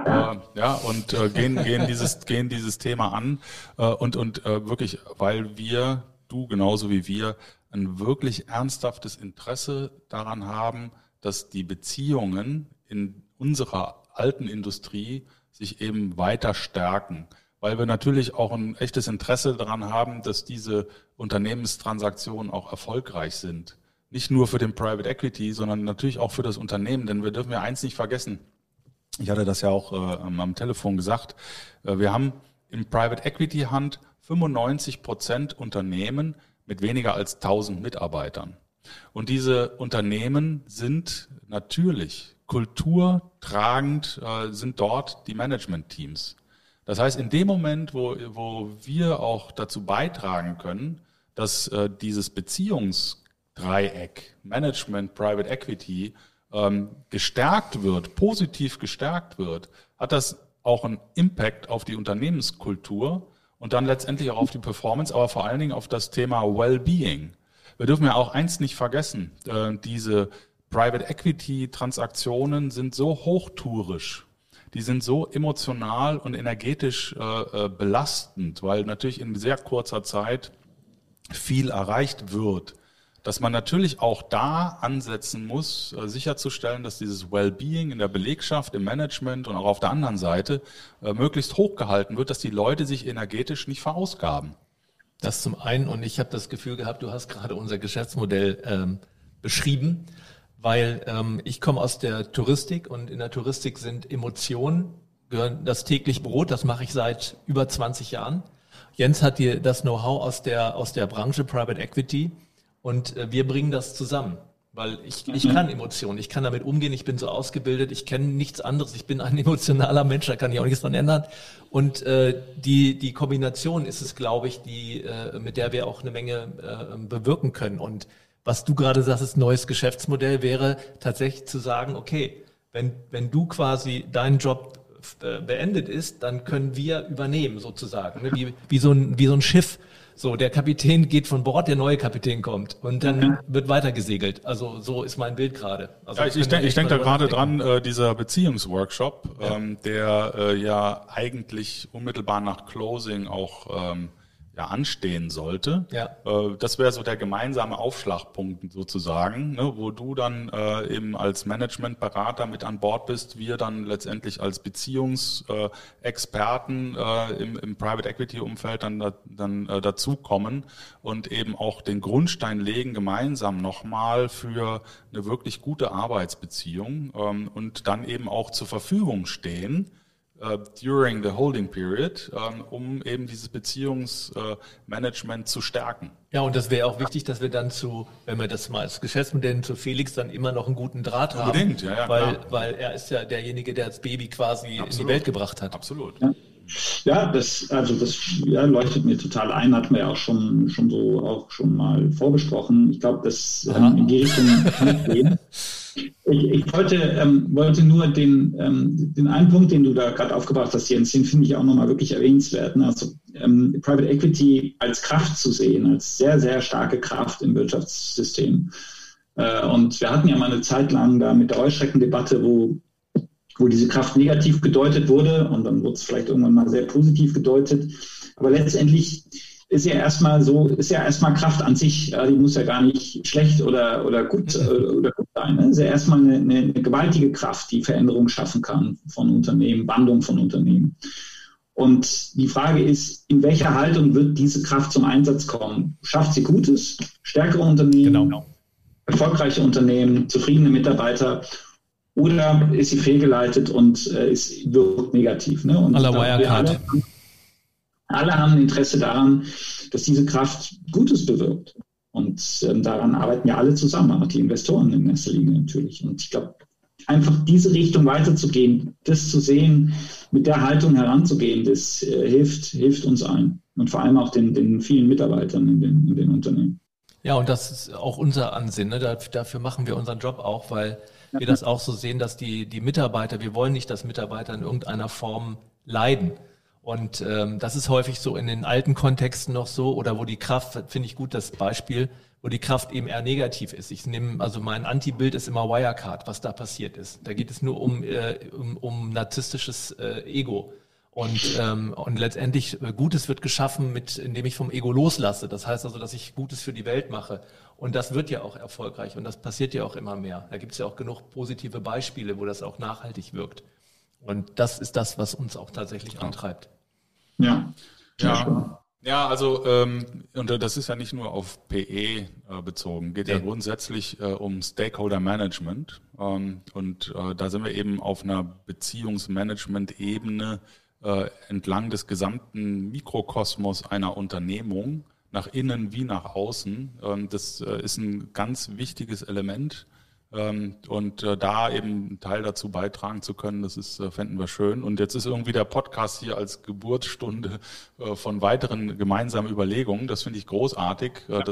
Und gehen dieses Thema an und wirklich, weil du genauso wie wir, ein wirklich ernsthaftes Interesse daran haben, dass die Beziehungen in unserer alten Industrie sich eben weiter stärken. Weil wir natürlich auch ein echtes Interesse daran haben, dass diese Unternehmenstransaktionen auch erfolgreich sind. Nicht nur für den Private Equity, sondern natürlich auch für das Unternehmen. Denn wir dürfen ja eins nicht vergessen. Ich hatte das ja auch am Telefon gesagt. Wir haben im Private Equity Hand 95% Unternehmen mit weniger als 1000 Mitarbeitern. Und diese Unternehmen sind natürlich kulturtragend, sind dort die Management-Teams. Das heißt, in dem Moment, wo wir auch dazu beitragen können, dass dieses Beziehungsdreieck Management, Private Equity gestärkt wird, positiv gestärkt wird, hat das auch einen Impact auf die Unternehmenskultur und dann letztendlich auch auf die Performance, aber vor allen Dingen auf das Thema Wellbeing. Wir dürfen ja auch eins nicht vergessen, diese Private Equity Transaktionen sind so hochtourisch, die sind so emotional und energetisch belastend, weil natürlich in sehr kurzer Zeit viel erreicht wird, dass man natürlich auch da ansetzen muss, sicherzustellen, dass dieses Wellbeing in der Belegschaft, im Management und auch auf der anderen Seite möglichst hochgehalten wird, dass die Leute sich energetisch nicht verausgaben. Das zum einen, und ich habe das Gefühl gehabt, du hast gerade unser Geschäftsmodell beschrieben, weil ich komme aus der Touristik und in der Touristik sind Emotionen, gehören das tägliche Brot, das mache ich seit über 20 Jahren. Jens hat hier das Know-how aus der Branche Private Equity und wir bringen das zusammen, weil ich kann Emotionen, ich kann damit umgehen, ich bin so ausgebildet, ich kenne nichts anderes, ich bin ein emotionaler Mensch, da kann ich auch nichts dran ändern. Und die Kombination ist es, glaube ich, mit der wir auch eine Menge bewirken können. Und was du gerade sagst, ist neues Geschäftsmodell wäre tatsächlich zu sagen, okay, wenn du quasi dein Job beendet ist, dann können wir übernehmen sozusagen, ne? Wie so ein Schiff. So, der Kapitän geht von Bord, der neue Kapitän kommt und dann wird weiter gesegelt. Also so ist mein Bild gerade. Also ja, ich denke da gerade dran, dieser Beziehungsworkshop, der ja eigentlich unmittelbar nach Closing auch anstehen sollte. Ja. Das wäre so der gemeinsame Aufschlagpunkt sozusagen, ne, wo du dann eben als Managementberater mit an Bord bist, wir dann letztendlich als Beziehungsexperten im Private Equity Umfeld dann dazukommen und eben auch den Grundstein legen gemeinsam nochmal für eine wirklich gute Arbeitsbeziehung und dann eben auch zur Verfügung stehen during the holding period, um eben dieses Beziehungsmanagement zu stärken. Ja, und das wäre auch wichtig, dass wir dann wenn wir das mal als Geschäftsmodell zu Felix dann immer noch einen guten Draht haben. Unbedingt, ja, weil er ist ja derjenige, der das Baby quasi in die Welt gebracht hat. Absolut. Ja, das leuchtet mir total ein, hatten wir ja auch schon mal vorbesprochen. Ich glaube, das in die Richtung kann ich gehen. Ich wollte nur den einen Punkt, den du da gerade aufgebracht hast, Jens, den finde ich auch nochmal wirklich erwähnenswert. Also Private Equity als Kraft zu sehen, als sehr, sehr starke Kraft im Wirtschaftssystem. Und wir hatten ja mal eine Zeit lang da mit der Heuschreckendebatte, wo diese Kraft negativ gedeutet wurde und dann wurde es vielleicht irgendwann mal sehr positiv gedeutet. Aber letztendlich ist ja erstmal Kraft an sich, die muss ja gar nicht schlecht oder gut sein. Ne? Ist ja erstmal eine gewaltige Kraft, die Veränderungen schaffen kann von Unternehmen, Wandlung von Unternehmen. Und die Frage ist, in welcher Haltung wird diese Kraft zum Einsatz kommen? Schafft sie Gutes, stärkere Unternehmen, erfolgreiche Unternehmen, zufriedene Mitarbeiter? Oder ist sie fehlgeleitet und wirkt negativ? Ne? Und alle haben ein Interesse daran, dass diese Kraft Gutes bewirkt. Und daran arbeiten ja alle zusammen, auch die Investoren in erster Linie natürlich. Und ich glaube, einfach diese Richtung weiterzugehen, das zu sehen, mit der Haltung heranzugehen, das hilft uns allen. Und vor allem auch den vielen Mitarbeitern in den Unternehmen. Ja, und das ist auch unser Ansinnen. Ne? Dafür machen wir unseren Job auch, weil wir das auch so sehen, dass die Mitarbeiter, wir wollen nicht, dass Mitarbeiter in irgendeiner Form leiden. Und das ist häufig so in den alten Kontexten noch so, oder wo die Kraft, finde ich gut das Beispiel, wo die Kraft eben eher negativ ist. Also mein Antibild ist immer Wirecard, was da passiert ist. Da geht es nur um narzisstisches Ego. Und letztendlich Gutes wird geschaffen, indem ich vom Ego loslasse. Das heißt also, dass ich Gutes für die Welt mache. Und das wird ja auch erfolgreich und das passiert ja auch immer mehr. Da gibt es ja auch genug positive Beispiele, wo das auch nachhaltig wirkt. Und das ist das, was uns auch tatsächlich antreibt. Ja. Ja, also und das ist ja nicht nur auf PE bezogen, geht ja grundsätzlich um Stakeholder Management und da sind wir eben auf einer Beziehungsmanagement-Ebene entlang des gesamten Mikrokosmos einer Unternehmung, nach innen wie nach außen. Das ist ein ganz wichtiges Element. Und da eben einen Teil dazu beitragen zu können, das fänden wir schön. Und jetzt ist irgendwie der Podcast hier als Geburtsstunde von weiteren gemeinsamen Überlegungen. Das finde ich großartig.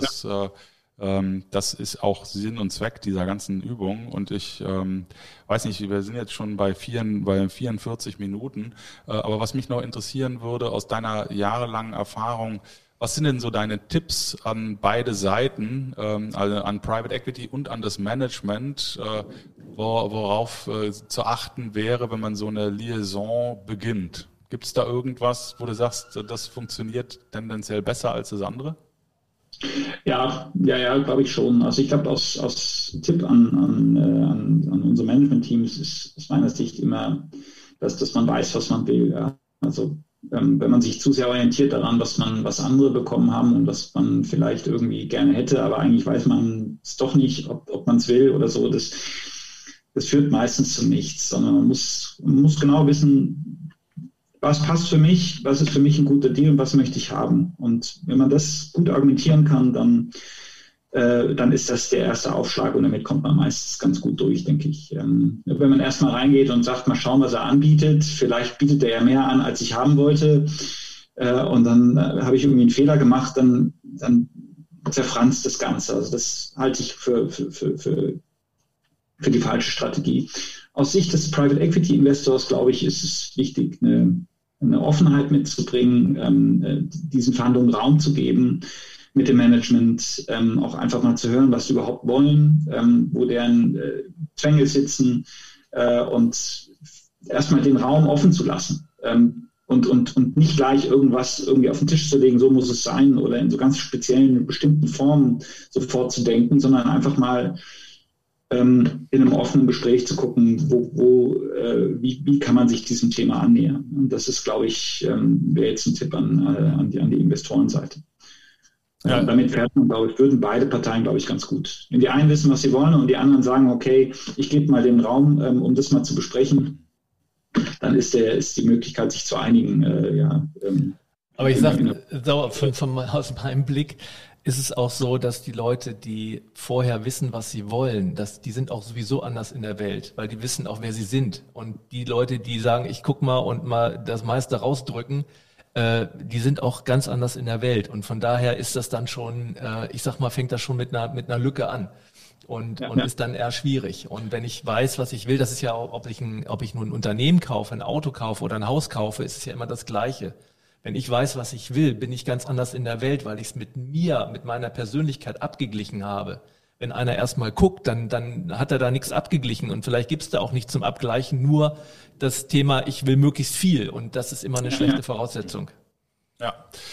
Das ist auch Sinn und Zweck dieser ganzen Übung. Und ich weiß nicht, wir sind jetzt schon bei 44 Minuten. Aber was mich noch interessieren würde, aus deiner jahrelangen Erfahrung, was sind denn so deine Tipps an beide Seiten, also an Private Equity und an das Management, worauf zu achten wäre, wenn man so eine Liaison beginnt? Gibt es da irgendwas, wo du sagst, das funktioniert tendenziell besser als das andere? Ja, glaube ich schon. Also ich glaube, aus Tipp an unsere Management-Teams ist aus meiner Sicht immer, dass man weiß, was man will. Ja. Also wenn man sich zu sehr orientiert daran, was andere bekommen haben und was man vielleicht irgendwie gerne hätte, aber eigentlich weiß man es doch nicht, ob man es will oder so, das führt meistens zu nichts, sondern man muss genau wissen, was passt für mich, was ist für mich ein guter Deal und was möchte ich haben. Und wenn man das gut argumentieren kann, dann ist das der erste Aufschlag und damit kommt man meistens ganz gut durch, denke ich. Wenn man erstmal reingeht und sagt, mal schauen, was er anbietet, vielleicht bietet er ja mehr an, als ich haben wollte und dann habe ich irgendwie einen Fehler gemacht, dann zerfranst das Ganze. Also das halte ich für die falsche Strategie. Aus Sicht des Private Equity Investors, glaube ich, ist es wichtig, eine Offenheit mitzubringen, diesen Verhandlungen Raum zu geben, mit dem Management auch einfach mal zu hören, was sie überhaupt wollen, wo deren Zwänge sitzen und erstmal den Raum offen zu lassen und nicht gleich irgendwas irgendwie auf den Tisch zu legen, so muss es sein oder in so ganz speziellen, bestimmten Formen sofort zu denken, sondern einfach mal in einem offenen Gespräch zu gucken, wie kann man sich diesem Thema annähern. Und das ist, glaube ich, wäre jetzt ein Tipp an die Investorenseite. Ja. Damit fährt man, glaube ich, würden beide Parteien, glaube ich, ganz gut. Wenn die einen wissen, was sie wollen und die anderen sagen, okay, ich gebe mal den Raum, um das mal zu besprechen, dann ist die Möglichkeit, sich zu einigen, Aber ich sage, aus meinem Blick ist es auch so, dass die Leute, die vorher wissen, was sie wollen, die sind auch sowieso anders in der Welt, weil die wissen auch, wer sie sind. Und die Leute, die sagen, ich guck mal und mal das meiste rausdrücken, die sind auch ganz anders in der Welt. Und von daher ist das dann schon, ich sag mal, fängt das schon mit einer Lücke an. Und ist dann eher schwierig. Und wenn ich weiß, was ich will, das ist ja auch, ob ich nur ein Unternehmen kaufe, ein Auto kaufe oder ein Haus kaufe, ist es ja immer das Gleiche. Wenn ich weiß, was ich will, bin ich ganz anders in der Welt, weil ich es mit meiner Persönlichkeit abgeglichen habe. Wenn einer erstmal guckt, dann hat er da nichts abgeglichen und vielleicht gibt es da auch nichts zum Abgleichen, nur das Thema, ich will möglichst viel und das ist immer eine schlechte Voraussetzung. Ja,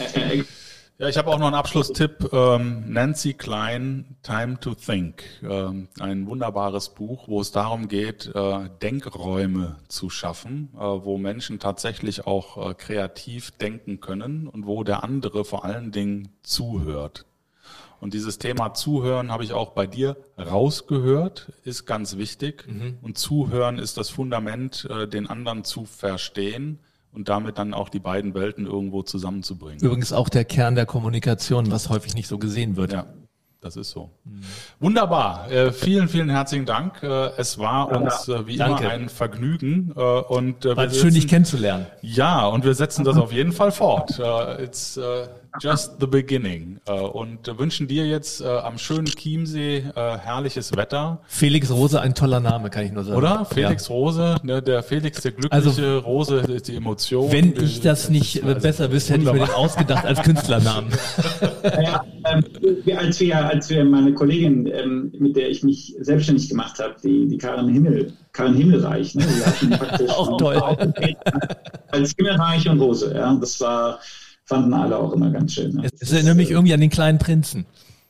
ich habe auch noch einen Abschlusstipp. Nancy Klein, Time to Think. Ein wunderbares Buch, wo es darum geht, Denkräume zu schaffen, wo Menschen tatsächlich auch kreativ denken können und wo der andere vor allen Dingen zuhört. Und dieses Thema Zuhören habe ich auch bei dir rausgehört, ist ganz wichtig. Und Zuhören ist das Fundament, den anderen zu verstehen und damit dann auch die beiden Welten irgendwo zusammenzubringen. Übrigens auch der Kern der Kommunikation, was häufig nicht so gesehen wird. Das ist so. Wunderbar. Vielen, vielen herzlichen Dank. Es war uns wie immer ein Vergnügen. Und war schön, dich kennenzulernen. Ja, und wir setzen das auf jeden Fall fort. It's just the beginning. Und wünschen dir jetzt am schönen Chiemsee herrliches Wetter. Felix Rose, ein toller Name, kann ich nur sagen. Oder? Felix Rose, ne, der Felix, der glückliche, Rose ist die Emotion. Wenn ich das nicht besser wüsste, hätte ich mir den ausgedacht als Künstlernamen. Ja, als wir meine Kollegin, mit der ich mich selbstständig gemacht habe, die Karin Himmelreich, ne, die hatten praktisch auch toll. Als Himmelreich und Rose, ja, fanden alle auch immer ganz schön. Ne? Es erinnert mich irgendwie an den kleinen Prinzen.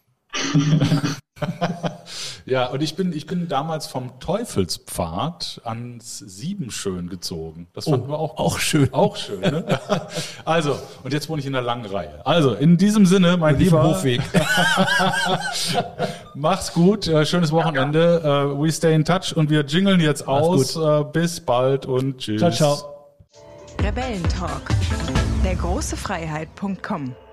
Ja, und ich bin damals vom Teufelspfad ans Siebenschön gezogen. Das fanden wir auch schön. Auch schön, ne? Also, und jetzt wohne ich in der langen Reihe. Also, in diesem Sinne, mein Lieber, Hofweg. Mach's gut, schönes Wochenende. We stay in touch und wir jingeln jetzt aus. Bis bald und tschüss. Ciao, ciao. Rebellentalk, dergroßefreiheit.com